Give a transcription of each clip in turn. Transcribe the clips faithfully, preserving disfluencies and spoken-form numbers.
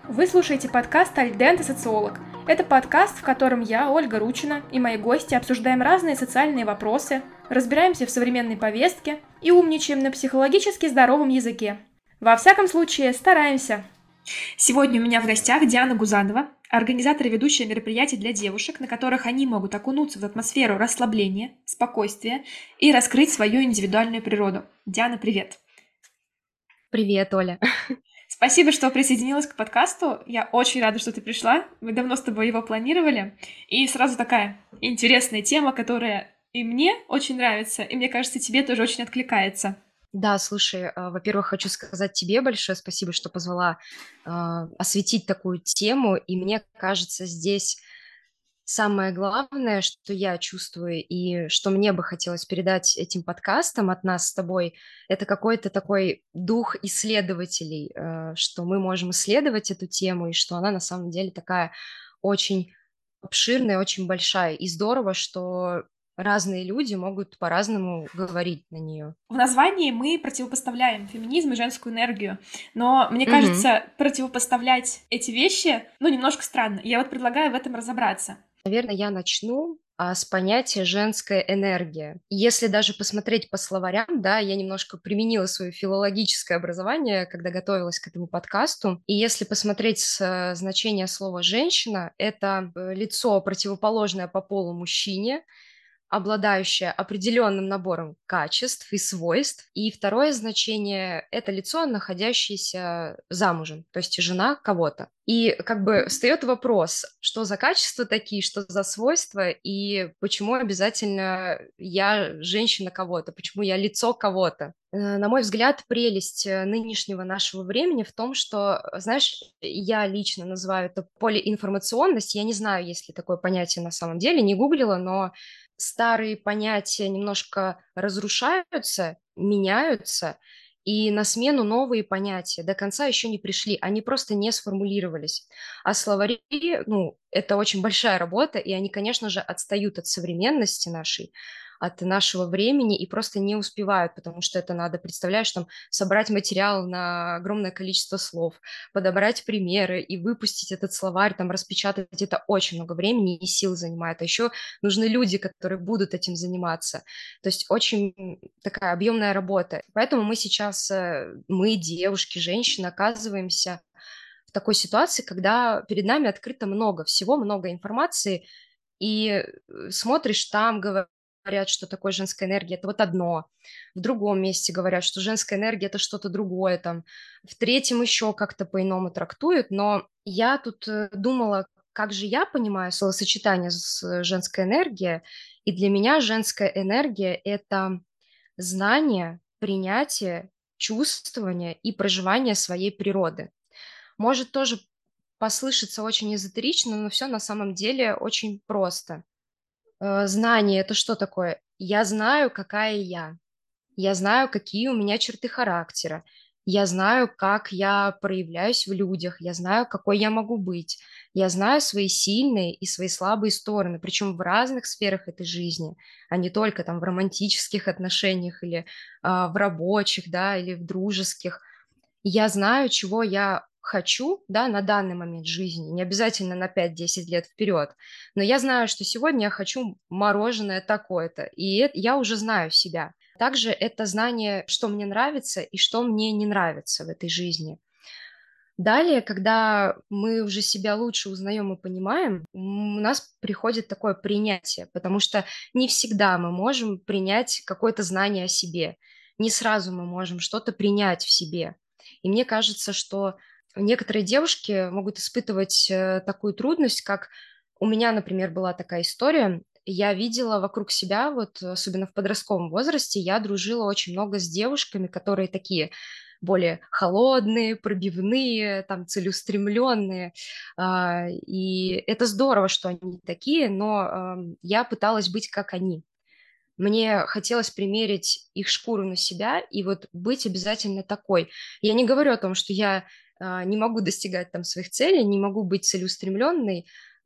Вы слушаете подкаст «Альдента социолог». Это подкаст, в котором я, Ольга Ручина, и мои гости обсуждаем разные социальные вопросы, разбираемся в современной повестке и умничаем на психологически здоровом языке. Во всяком случае, стараемся. Сегодня у меня в гостях Диана Гузанова, организатор и ведущая мероприятий для девушек, на которых они могут окунуться в атмосферу расслабления, спокойствия и раскрыть свою индивидуальную природу. Диана, привет! Привет, Оля. Спасибо, что присоединилась к подкасту. Я очень рада, что ты пришла. Мы давно с тобой его планировали. И сразу такая интересная тема, которая и мне очень нравится, и мне кажется, тебе тоже очень откликается. Да, слушай, а, во-первых, хочу сказать тебе большое спасибо, что позвала а, осветить такую тему. И мне кажется, здесь самое главное, что я чувствую и что мне бы хотелось передать этим подкастам от нас с тобой, это какой-то такой дух исследователей, э, что мы можем исследовать эту тему и что она на самом деле такая очень обширная, очень большая. И здорово, что разные люди могут по-разному говорить на нее. В названии мы противопоставляем феминизм и женскую энергию, но мне Мгм. кажется, противопоставлять эти вещи, ну, немножко странно. Я вот предлагаю в этом разобраться. Наверное, я начну а, с понятия женская энергия. Если даже посмотреть по словарям, да, я немножко применила свое филологическое образование, когда готовилась к этому подкасту. И если посмотреть с э, значения слова женщина, это э, лицо, противоположное по полу мужчине, обладающая определенным набором качеств и свойств. И второе значение – это лицо, находящееся замужем, то есть жена кого-то. И как бы встает вопрос, что за качества такие, что за свойства, и почему обязательно я женщина кого-то, почему я лицо кого-то. Э, На мой взгляд, прелесть э, нынешнего нашего времени в том, что, э, знаешь, я лично называю это полиинформационность. Я не знаю, есть ли такое понятие на самом деле, не гуглила, но старые понятия немножко разрушаются, меняются, и на смену новые понятия до конца еще не пришли, они просто не сформулировались. А словари, ну, это очень большая работа, и они, конечно же, отстают от современности нашей, от нашего времени и просто не успевают, потому что это надо, представляешь, там, собрать материал на огромное количество слов, подобрать примеры и выпустить этот словарь, там, распечатать, это очень много времени и сил занимает. А еще нужны люди, которые будут этим заниматься. То есть очень такая объемная работа. Поэтому мы сейчас, э, мы, девушки, женщины, оказываемся в такой ситуации, когда перед нами открыто много всего, много информации, и э, смотришь, там говорят, что такое женская энергия, это вот одно. В другом месте говорят, что женская энергия – это что-то другое там. В третьем еще как-то по-иному трактуют, но я тут э, думала, как же я понимаю словосочетание с э, женской энергией, и для меня женская энергия – это знание, принятие, чувствование и проживание своей природы. Может тоже послышаться очень эзотерично, но все на самом деле очень просто. Э, Знание – это что такое? Я знаю, какая я. Я знаю, какие у меня черты характера. Я знаю, как я проявляюсь в людях. Я знаю, какой я могу быть. Я знаю свои сильные и свои слабые стороны, причем в разных сферах этой жизни, а не только там в романтических отношениях или а, в рабочих, да, или в дружеских. Я знаю, чего я хочу, да, на данный момент жизни, не обязательно на пять-десять лет вперед, но я знаю, что сегодня я хочу мороженое такое-то, и это, я уже знаю себя. Также это знание, что мне нравится и что мне не нравится в этой жизни. Далее, когда мы уже себя лучше узнаем и понимаем, м, у нас приходит такое принятие, потому что не всегда мы можем принять какое-то знание о себе, не сразу мы можем что-то принять в себе. И мне кажется, что некоторые девушки могут испытывать э, такую трудность, как у меня, например, была такая история. Я видела вокруг себя, вот особенно в подростковом возрасте, я дружила очень много с девушками, которые такие более холодные, пробивные, там, целеустремленные. А, И это здорово, что они такие, но ам, я пыталась быть как они. Мне хотелось примерить их шкуру на себя и вот быть обязательно такой. Я не говорю о том, что я а, не могу достигать там своих целей, не могу быть целеустремленной,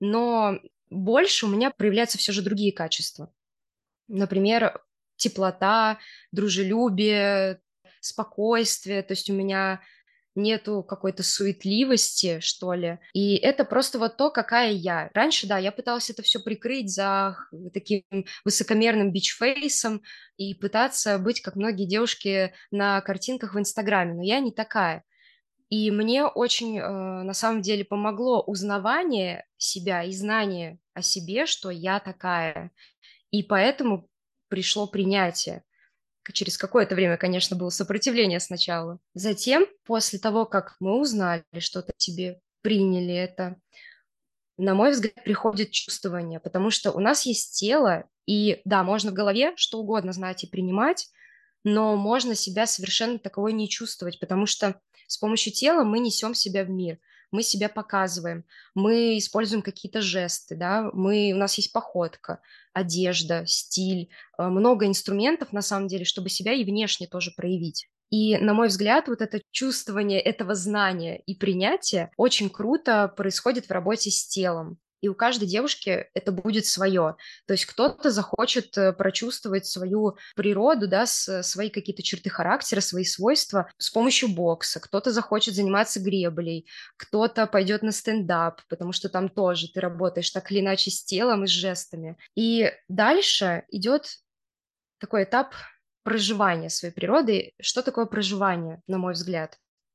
но больше у меня проявляются все же другие качества. Например, теплота, дружелюбие, спокойствие. То есть у меня нету какой-то суетливости, что ли. И это просто вот то, какая я. Раньше, да, я пыталась это все прикрыть за х- таким высокомерным бичфейсом и пытаться быть, как многие девушки на картинках в Инстаграме, но я не такая. И мне очень, э, на самом деле, помогло узнавание себя и знание о себе, что я такая. И поэтому пришло принятие. К- Через какое-то время, конечно, было сопротивление сначала. Затем, после того, как мы узнали что-то о себе, приняли это, на мой взгляд, приходит чувствование, потому что у нас есть тело, и да, можно в голове что угодно знать и принимать, но можно себя совершенно таковой не чувствовать, потому что с помощью тела мы несем себя в мир, мы себя показываем, мы используем какие-то жесты, да, мы, у нас есть походка, одежда, стиль, э, много инструментов на самом деле, чтобы себя и внешне тоже проявить. И, на мой взгляд, вот это чувствование этого знания и принятия очень круто происходит в работе с телом. И у каждой девушки это будет свое. То есть кто-то захочет э, прочувствовать свою природу, да, с- свои какие-то черты характера, свои свойства с помощью бокса. Кто-то захочет заниматься греблей, кто-то пойдет на стендап, потому что там тоже ты работаешь так или иначе с телом и с жестами. И дальше идет такой этап проживания своей природы. Что такое проживание, на мой взгляд?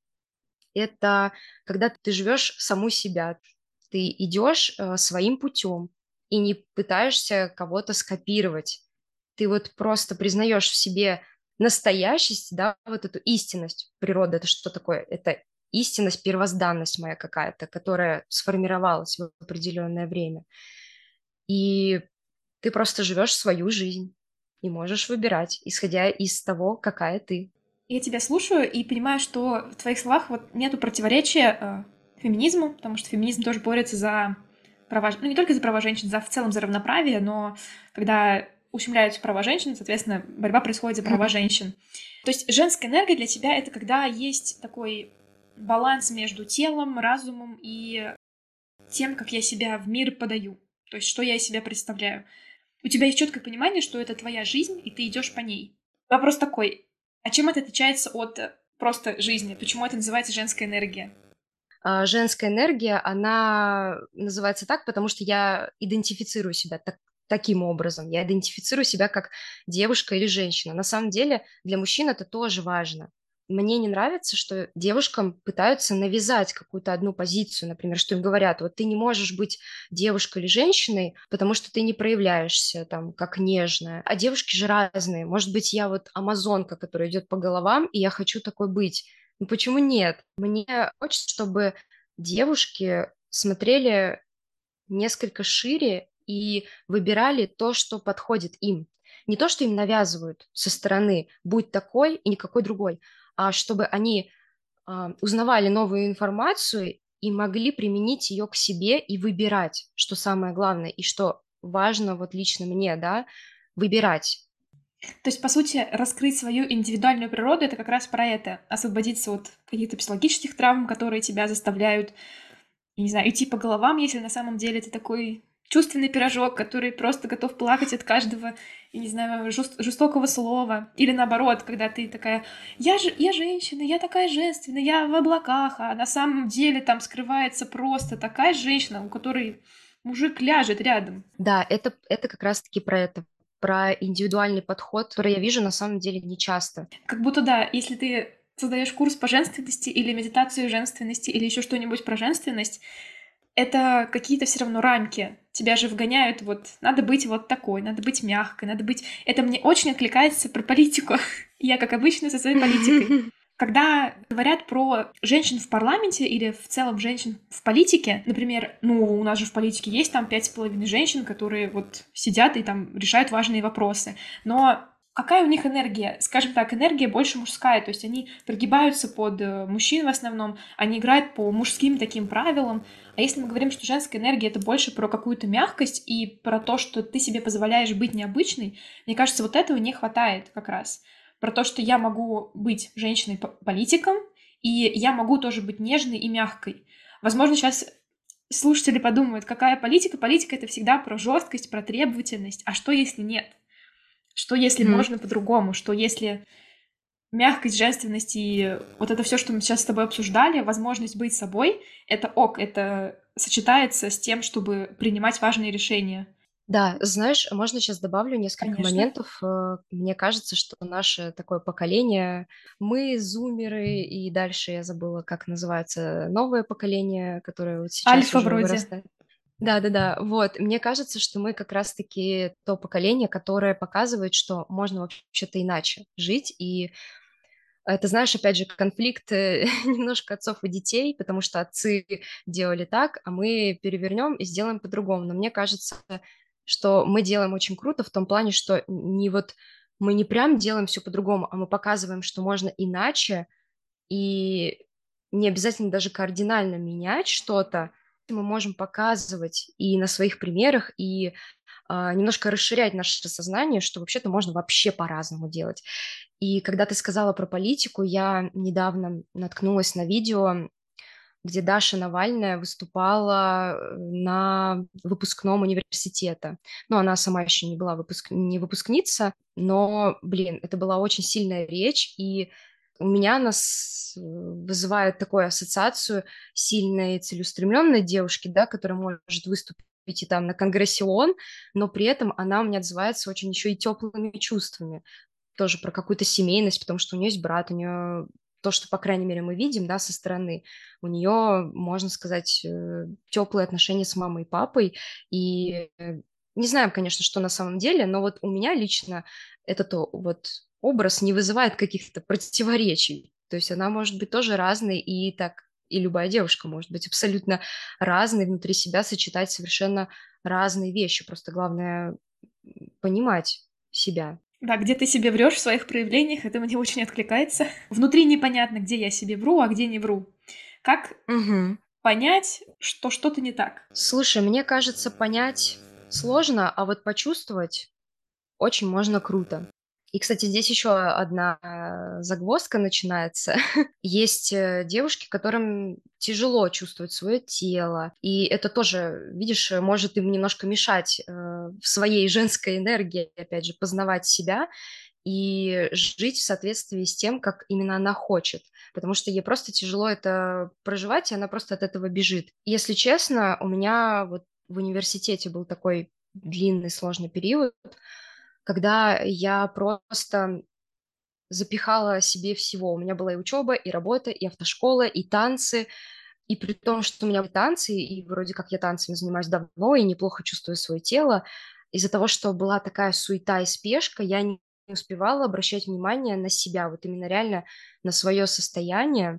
Это когда ты живешь саму себя, ты идешь э, своим путем и не пытаешься кого-то скопировать. Ты вот просто признаешь в себе настоящесть, да, вот эту истинность природы. Это что такое? Это истинность, первозданность моя какая-то, которая сформировалась в определенное время. И ты просто живешь свою жизнь и можешь выбирать, исходя из того, какая ты. Я тебя слушаю и понимаю, что в твоих словах вот нету противоречия э, феминизму, потому что феминизм тоже борется за права, ну не только за права женщин, за в целом за равноправие, но когда ущемляются права женщин, соответственно, борьба происходит за права женщин. То есть женская энергия для тебя это когда есть такой баланс между телом, разумом и тем, как я себя в мир подаю. То есть что я из себя представляю. У тебя есть четкое понимание, что это твоя жизнь, и ты идешь по ней. Вопрос такой, а чем это отличается от э, просто жизни? Почему это называется женская энергия? А, Женская энергия, она называется так, потому что я идентифицирую себя так- таким образом. Я идентифицирую себя как девушка или женщина. На самом деле для мужчин это тоже важно. Мне не нравится, что девушкам пытаются навязать какую-то одну позицию, например, что им говорят, вот ты не можешь быть девушкой или женщиной, потому что ты не проявляешься там как нежная. А девушки же разные. Может быть, я вот амазонка, которая идет по головам, и я хочу такой быть. Ну почему нет? Мне хочется, чтобы девушки смотрели несколько шире и выбирали то, что подходит им. Не то, что им навязывают со стороны, будь такой и никакой другой, а чтобы они а, узнавали новую информацию и могли применить ее к себе и выбирать, что самое главное, и что важно вот лично мне, да, выбирать. То есть, по сути, раскрыть свою индивидуальную природу — это как раз про это. Освободиться от каких-то психологических травм, которые тебя заставляют, я не знаю, идти по головам, если на самом деле ты такой чувственный пирожок, который просто готов плакать от каждого, я не знаю, жест- жестокого слова. Или наоборот, когда ты такая, я же, я женщина, я такая женственная, я в облаках, а на самом деле там скрывается просто такая женщина, у которой мужик ляжет рядом. Да, это, это как раз-таки про это, про индивидуальный подход, который я вижу на самом деле нечасто. Как будто да, если ты создаешь курс по женственности или медитацию женственности или еще что-нибудь про женственность, это какие-то все равно рамки. Тебя же вгоняют, вот, надо быть вот такой, надо быть мягкой, надо быть... Это мне очень откликается про политику. Я, как обычно, со своей политикой. Когда говорят про женщин в парламенте или в целом женщин в политике, например, ну, у нас же в политике есть там пять с половиной женщин, которые вот сидят и там решают важные вопросы. Но какая у них энергия? Скажем так, энергия больше мужская, то есть они прогибаются под э, мужчин в основном, они играют по мужским таким правилам. А если мы говорим, что женская энергия — это больше про какую-то мягкость и про то, что ты себе позволяешь быть необычной, мне кажется, вот этого не хватает как раз. Про то, что я могу быть женщиной-политиком, и я могу тоже быть нежной и мягкой. Возможно, сейчас слушатели подумают, какая политика? Политика — это всегда про жесткость, про требовательность. А что, если нет? Что, если Мгм. можно по-другому? Что, если Мягкость, женственность и вот это все, что мы сейчас с тобой обсуждали, возможность быть собой, это ок, это сочетается с тем, чтобы принимать важные решения. Да, знаешь, можно сейчас добавлю несколько Конечно. моментов. Э, Мне кажется, что наше такое поколение, мы зумеры, и дальше я забыла, как называется новое поколение, которое вот сейчас Альфа уже вроде. вырастает. Да-да-да, вот. Мне кажется, что мы как раз-таки то поколение, которое показывает, что можно вообще-то иначе жить. И это, знаешь, опять же, конфликт э, немножко отцов и детей, потому что отцы делали так, а мы перевернем и сделаем по-другому. Но мне кажется, что мы делаем очень круто в том плане, что не вот мы не прям делаем все по-другому, а мы показываем, что можно иначе, и не обязательно даже кардинально менять что-то. Мы можем показывать и на своих примерах, и а, немножко расширять наше сознание, что вообще-то можно вообще по-разному делать. И когда ты сказала про политику, я недавно наткнулась на видео, где Даша Навальная выступала э, на выпускном университета. Ну, она сама еще не была выпуск... не выпускница, но, блин, это была очень сильная речь, и у меня она с- вызывает такую ассоциацию сильной целеустремленной девушки, да, которая может выступить и там на Конгрессе ООН, но при этом она у меня отзывается очень еще и теплыми чувствами, тоже про какую-то семейность, потому что у нее есть брат, у нее то, что, по крайней мере, мы видим, да, со стороны, у нее, можно сказать, э, теплые отношения с мамой и папой, и э, не знаем, конечно, что на самом деле, но вот у меня лично этот о- вот образ не вызывает каких-то противоречий, то есть она может быть тоже разной, и так и любая девушка может быть абсолютно разной, внутри себя сочетать совершенно разные вещи, просто главное м, понимать себя. Да, где ты себе врешь в своих проявлениях, это мне очень откликается. Внутри непонятно, где я себе вру, а где не вру. Как Мгм. понять, что что-то не так? Слушай, мне кажется, понять сложно, а вот почувствовать очень можно круто. И, кстати, здесь еще одна э, загвоздка начинается. Есть э, девушки, которым тяжело чувствовать свое тело, и это тоже, видишь, э, может им немножко мешать э, в своей женской энергии, опять же, познавать себя и жить в соответствии с тем, как именно она хочет, потому что ей просто тяжело это проживать, и она просто от этого бежит. Если честно, у меня вот в университете был такой длинный, сложный период, когда я просто запихала себе всего. У меня была и учеба, и работа, и автошкола, и танцы. И при том, что у меня были танцы, и вроде как я танцами занимаюсь давно, и неплохо чувствую свое тело, из-за того, что была такая суета и спешка, я не успевала обращать внимание на себя, вот именно реально на свое состояние.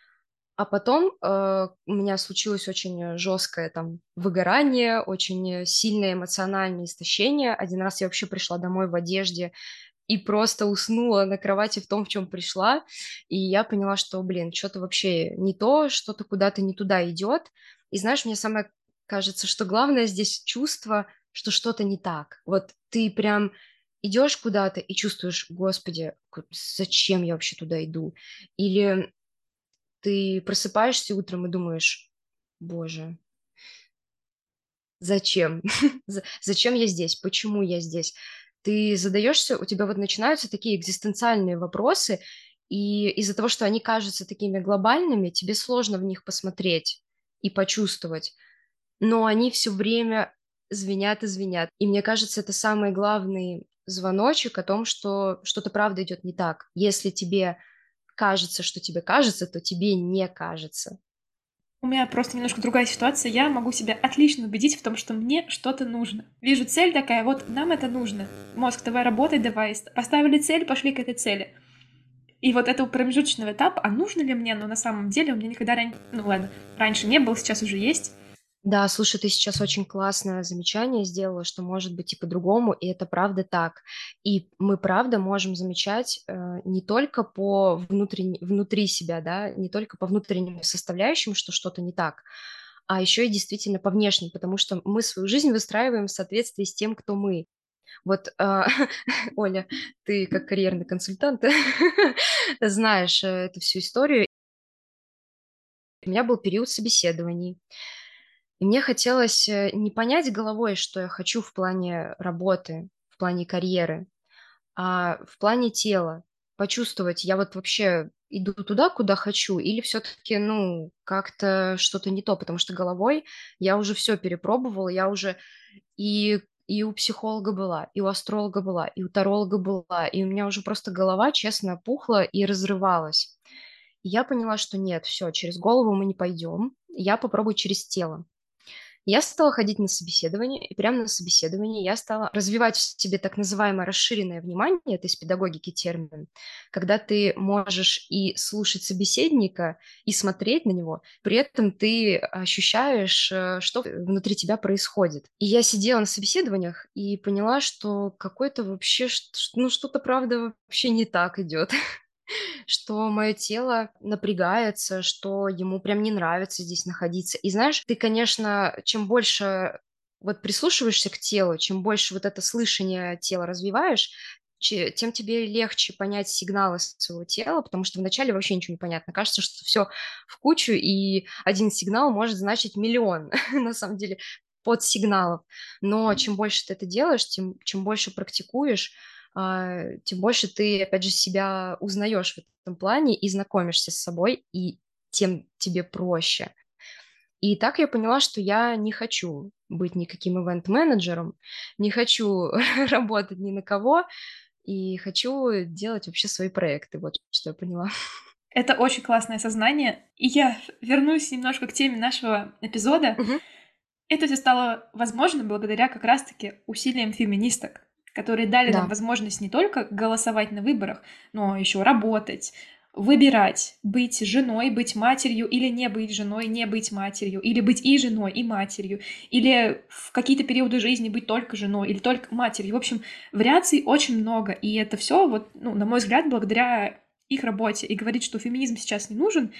А потом э, у меня случилось очень жесткое там выгорание, очень э, сильное эмоциональное истощение. Один раз я вообще пришла домой в одежде и просто уснула на кровати в том, в чем пришла. И я поняла, что, блин, что-то вообще не то, что-то куда-то не туда идет. И знаешь, мне самое кажется, что главное здесь чувство, что что-то не так. Вот ты прям идешь куда-то и чувствуешь, господи, г- зачем я вообще туда иду? Или ты просыпаешься утром и думаешь, боже, зачем? За- Зачем я здесь? Почему я здесь? Ты задаешься, у тебя вот начинаются такие экзистенциальные вопросы, и из-за того, что они кажутся такими глобальными, тебе сложно в них посмотреть и почувствовать, но они все время звенят и звенят. И мне кажется, это самый главный звоночек о том, что что-то правда идет не так. Если тебе кажется, что тебе кажется, то тебе не кажется. У меня просто немножко другая ситуация. Я могу себя отлично убедить в том, что мне что-то нужно. Вижу цель такая, вот нам это нужно. Мозг, давай работай, давай. Поставили цель, пошли к этой цели. И вот этого промежуточного этапа, а нужно ли мне, но на самом деле у меня никогда раньше, ну ладно, раньше не было, сейчас уже есть. Да, слушай, ты сейчас очень классное замечание сделала, что может быть и по-другому, и это правда так. И мы правда можем замечать э, не только по внутренне- внутри себя, да, не только по внутренним составляющим, что что-то не так, а еще и действительно по внешним, потому что мы свою жизнь выстраиваем в соответствии с тем, кто мы. Вот, а, Оля, ты как карьерный консультант знаешь э, эту всю историю. У меня был период собеседований, и мне хотелось э, не понять головой, что я хочу в плане работы, в плане карьеры, а в плане тела. почувствовать, я вот вообще иду туда, куда хочу, или все-таки, ну, как-то что-то не то, потому что головой я уже все перепробовала, я уже и, и у психолога была, и у астролога была, и у таролога была, и у меня уже просто голова, честно, пухла и разрывалась. И я поняла, что нет, все, через голову мы не пойдем, я попробую через тело. Я стала ходить на собеседование, и прямо на собеседовании я стала развивать в себе так называемое расширенное внимание, это из педагогики термин, когда ты можешь и слушать собеседника, и смотреть на него, при этом ты ощущаешь, э, что внутри тебя происходит. И я сидела на собеседованиях и поняла, что какой-то вообще, ш- ш- ну что-то правда вообще не так идет. Что мое тело напрягается, что ему прям не нравится здесь находиться. И знаешь, ты, конечно, чем больше вот прислушиваешься к телу, чем больше вот это слышание тела развиваешь, че- тем тебе легче понять сигналы своего тела, потому что вначале вообще ничего не понятно. Кажется, что все в кучу, и один сигнал может значить миллион, на самом деле, подсигналов. Но чем больше ты это делаешь, тем чем больше практикуешь, а, тем больше ты, опять же, себя узнаешь в этом плане и знакомишься с собой, и тем тебе проще. И так я поняла, что я не хочу быть никаким ивент-менеджером, не хочу работать ни на кого, и хочу делать вообще свои проекты. Вот что я поняла. Это очень классное сознание. И я вернусь немножко к теме нашего эпизода. Мгм. Это все стало возможно благодаря как раз-таки усилиям феминисток, которые дали нам Да. возможность не только голосовать на выборах, но еще работать, выбирать, быть женой, быть матерью или не быть женой, не быть матерью, или быть и женой, и матерью, или в какие-то периоды жизни быть только женой или только матерью. В общем, вариаций очень много, и это все, вот, ну, на мой взгляд, благодаря их работе. И говорить, что феминизм сейчас не нужен,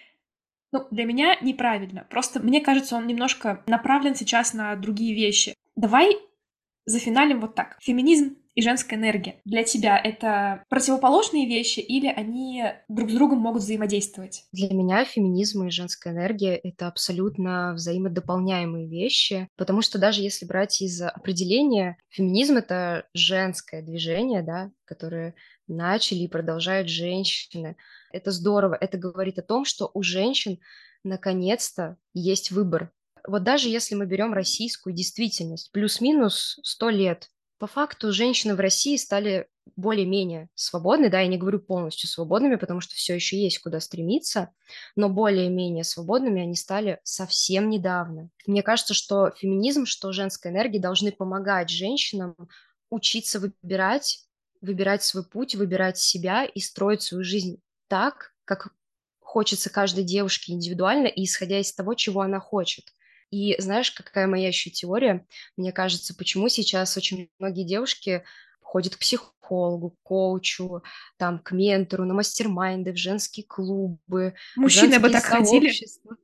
ну, для меня неправильно. Просто мне кажется, он немножко направлен сейчас на другие вещи. Давай зафиналим вот так. Феминизм и женская энергия. Для тебя это противоположные вещи или они друг с другом могут взаимодействовать? Для меня феминизм и женская энергия — это абсолютно взаимодополняемые вещи, потому что даже если брать из определения, феминизм — это женское движение, да, которое начали и продолжают женщины. Это здорово, это говорит о том, что у женщин наконец-то есть выбор. Вот даже если мы берем российскую действительность, плюс-минус сто лет, по факту женщины в России стали более-менее свободны, да, я не говорю полностью свободными, потому что все еще есть куда стремиться, но более-менее свободными они стали совсем недавно. Мне кажется, что феминизм, что женская энергия должны помогать женщинам учиться выбирать, выбирать свой путь, выбирать себя и строить свою жизнь так, как хочется каждой девушке индивидуально и исходя из того, чего она хочет. И знаешь, какая моя еще теория? Мне кажется, почему сейчас очень многие девушки ходят к психологу, к коучу, там, к ментору, на мастер-майнды, в женские клубы, в Мужчины бы женские так ходили. сообщества.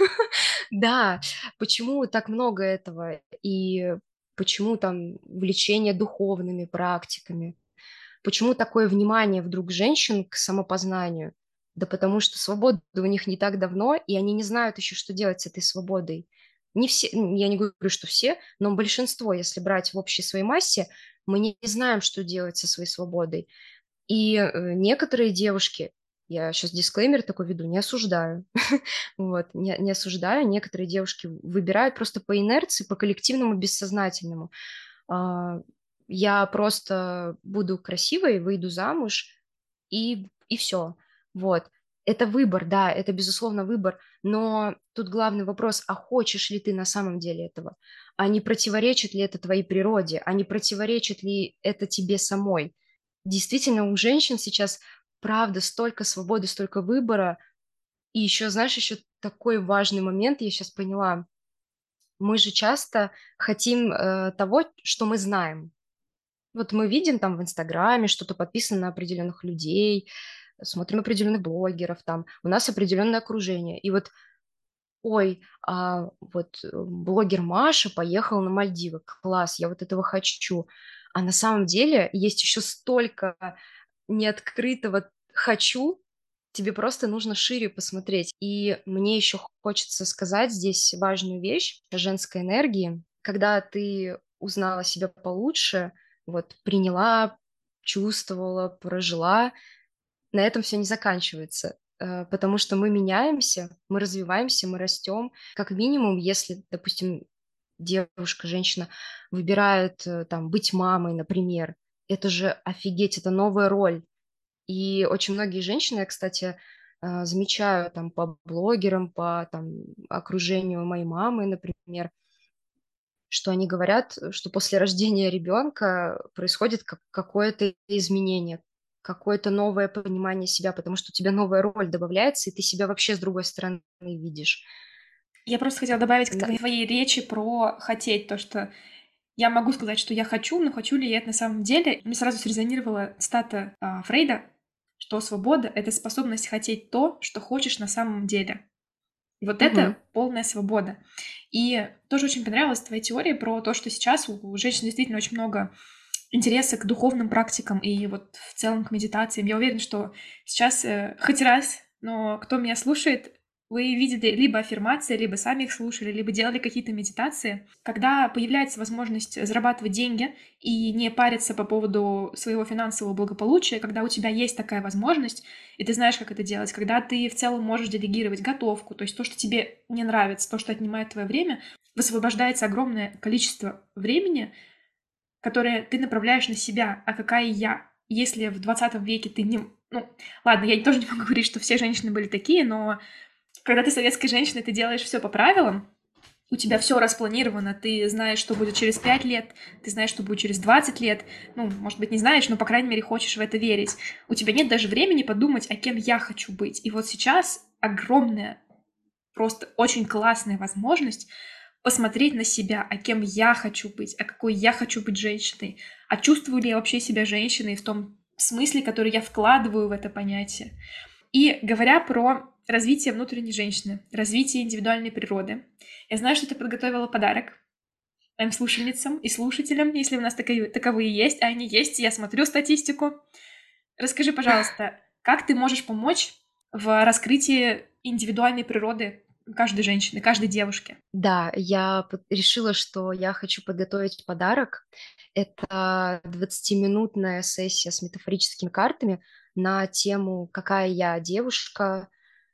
Да, почему так много этого? И почему там увлечение духовными практиками? Почему такое внимание вдруг женщин к самопознанию? Да потому что свобода у них не так давно, и они не знают еще, что делать с этой свободой. Не все, н- я не говорю, что все, но большинство, если брать в общей своей массе, мы не знаем, что делать со своей свободой. И э, некоторые девушки, я сейчас дисклеймер такой веду, не осуждаю, вот, не, не осуждаю, некоторые девушки выбирают просто по инерции, по коллективному бессознательному. А, я просто буду красивой, выйду замуж, и, и все. Вот. Это выбор, да, это, безусловно, выбор, но тут главный вопрос, а хочешь ли ты на самом деле этого? А не противоречит ли это твоей природе? А не противоречит ли это тебе самой? Действительно, у женщин сейчас, правда, столько свободы, столько выбора. И еще, знаешь, еще такой важный момент, я сейчас поняла. Мы же часто хотим э, того, что мы знаем. Вот мы видим там в Инстаграме что-то подписано на определенных людей, смотрим определенных блогеров, там у нас определенное окружение. И вот, ой, а вот э, блогер Маша поехала на Мальдивы, класс, я вот этого хочу. А на самом деле есть еще столько неоткрытого хочу, тебе просто нужно шире посмотреть. И мне еще хочется сказать здесь важную вещь о женской энергии. Когда ты узнала себя получше, вот приняла, чувствовала, прожила, на этом все не заканчивается, э, потому что мы меняемся, мы развиваемся, мы растем. Как минимум, если, допустим, девушка, женщина выбирает э, там быть мамой, например, это же офигеть, это новая роль. И очень многие женщины, я, кстати, э, замечаю там по блогерам, по там окружению моей мамы, например, что они говорят, э, что после рождения ребенка происходит как- какое-то изменение, какое-то новое понимание себя, потому что у тебя новая роль добавляется, и ты себя вообще с другой стороны видишь. Я просто хотела добавить к На- твоей речи про хотеть, то, что я могу сказать, что я хочу, но хочу ли я это на самом деле? Мне сразу срезонировала цитата а, Фрейда, что свобода — это способность хотеть то, что хочешь на самом деле. И вот Мгм. это полная свобода. И тоже очень понравилась твоя теория про то, что сейчас у у женщин действительно очень много интереса к духовным практикам и вот в целом к медитациям. Я уверена, что сейчас э, хоть раз, но кто меня слушает, вы видели либо аффирмации, либо сами их слушали, либо делали какие-то медитации. Когда появляется возможность зарабатывать деньги и не париться по поводу своего финансового благополучия, когда у тебя есть такая возможность, и ты знаешь, как это делать, когда ты в целом можешь делегировать готовку, то есть то, что тебе не нравится, то, что отнимает твое время, высвобождается огромное количество времени, которое ты направляешь на себя, а какая я. Если в двадцатом веке ты не... Ну, ладно, я тоже не могу говорить, что все женщины были такие, но когда ты советской женщиной, ты делаешь все по правилам, у тебя все распланировано, ты знаешь, что будет через пять лет, ты знаешь, что будет через двадцать лет, ну, может быть, не знаешь, но, по крайней мере, хочешь в это верить. У тебя нет даже времени подумать, а кем я хочу быть. И вот сейчас огромная, просто очень классная возможность посмотреть на себя, а кем я хочу быть, а какой я хочу быть женщиной, а чувствую ли я вообще себя женщиной в том смысле, который я вкладываю в это понятие. И говоря про развитие внутренней женщины, развитие индивидуальной природы, я знаю, что ты подготовила подарок моим слушательницам и слушателям, если у нас таковые, таковые есть, а они есть, я смотрю статистику. Расскажи, пожалуйста, как ты можешь помочь в раскрытии индивидуальной природы каждой женщины, каждой девушки? Да, я под- решила, что я хочу подготовить подарок. Это двадцатиминутная сессия с метафорическими картами на тему «Какая я девушка?».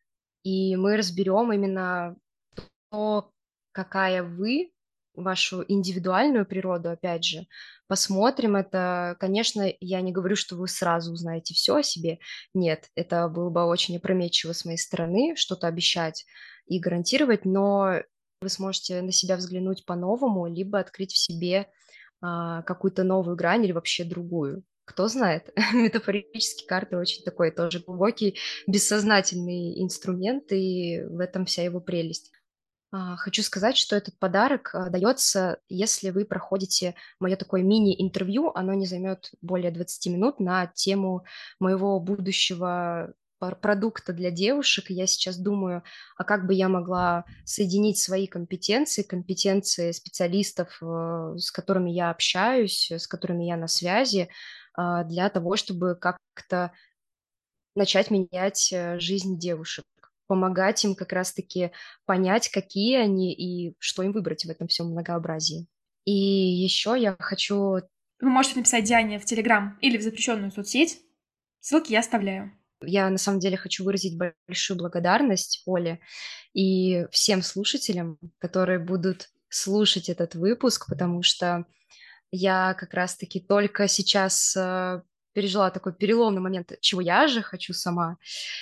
И мы разберем именно то, какая вы, вашу индивидуальную природу, опять же, посмотрим это. Конечно, я не говорю, что вы сразу узнаете все о себе. Нет, это было бы очень опрометчиво с моей стороны что-то обещать и гарантировать, но вы сможете на себя взглянуть по-новому, либо открыть в себе а, какую-то новую грань или вообще другую. Кто знает, метафорические карты очень такой тоже глубокий, бессознательный инструмент, и в этом вся его прелесть. А, Хочу сказать, что этот подарок а, дается, если вы проходите мое такое мини-интервью, оно не займет более двадцати минут на тему моего будущего пар- продукта для девушек. И я сейчас думаю, а как бы я могла соединить свои компетенции, компетенции специалистов, э, с которыми я общаюсь, с которыми я на связи, а, для того, чтобы как-то начать менять э, жизнь девушек, помогать им как раз-таки понять, какие они и что им выбрать в этом всем многообразии. И еще я хочу, Вы можете написать Диане в Телеграм или в запрещенную соцсеть. Ссылки я оставляю. я на самом деле хочу выразить большую благодарность Оле и всем слушателям, которые будут слушать этот выпуск, потому что я как раз-таки только сейчас э, пережила такой переломный момент, чего я же хочу сама.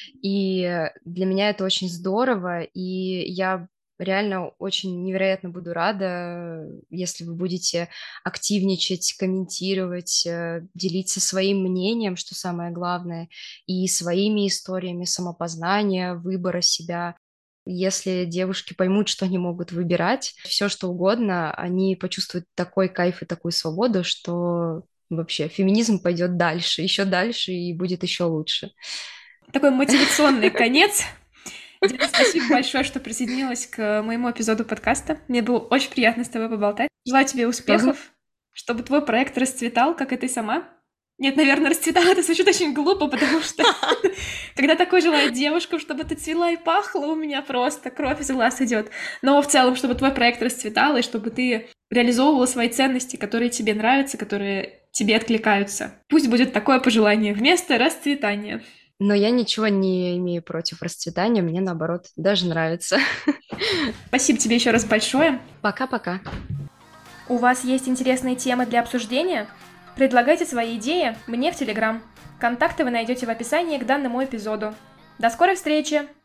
И для меня это очень здорово, и я реально очень невероятно буду рада, если вы будете активничать, комментировать, э, делиться своим мнением, что самое главное, и своими историями самопознания, выбора себя. Если девушки поймут, что они могут выбирать все, что угодно, они почувствуют такой кайф и такую свободу, что вообще феминизм пойдет дальше, еще дальше и будет еще лучше. Такой мотивационный конец. Диана, спасибо большое, что присоединилась к моему эпизоду подкаста. Мне было очень приятно с тобой поболтать. Желаю тебе Тоже успехов, чтобы твой проект расцветал, как и ты сама. Нет, наверное, расцветала, это звучит очень глупо, потому что когда такой желает девушкам, чтобы ты цвела и пахла, у меня просто кровь из глаз идет. Но в целом, чтобы твой проект расцветал, и чтобы ты реализовывала свои ценности, которые тебе нравятся, которые тебе откликаются. Пусть будет такое пожелание вместо расцветания. Но я ничего не имею против расцветания, мне наоборот даже нравится. Спасибо тебе еще раз большое. Пока-пока. У вас есть интересные темы для обсуждения? Предлагайте свои идеи мне в Телеграм. Контакты вы найдете в описании к данному эпизоду. До скорой встречи!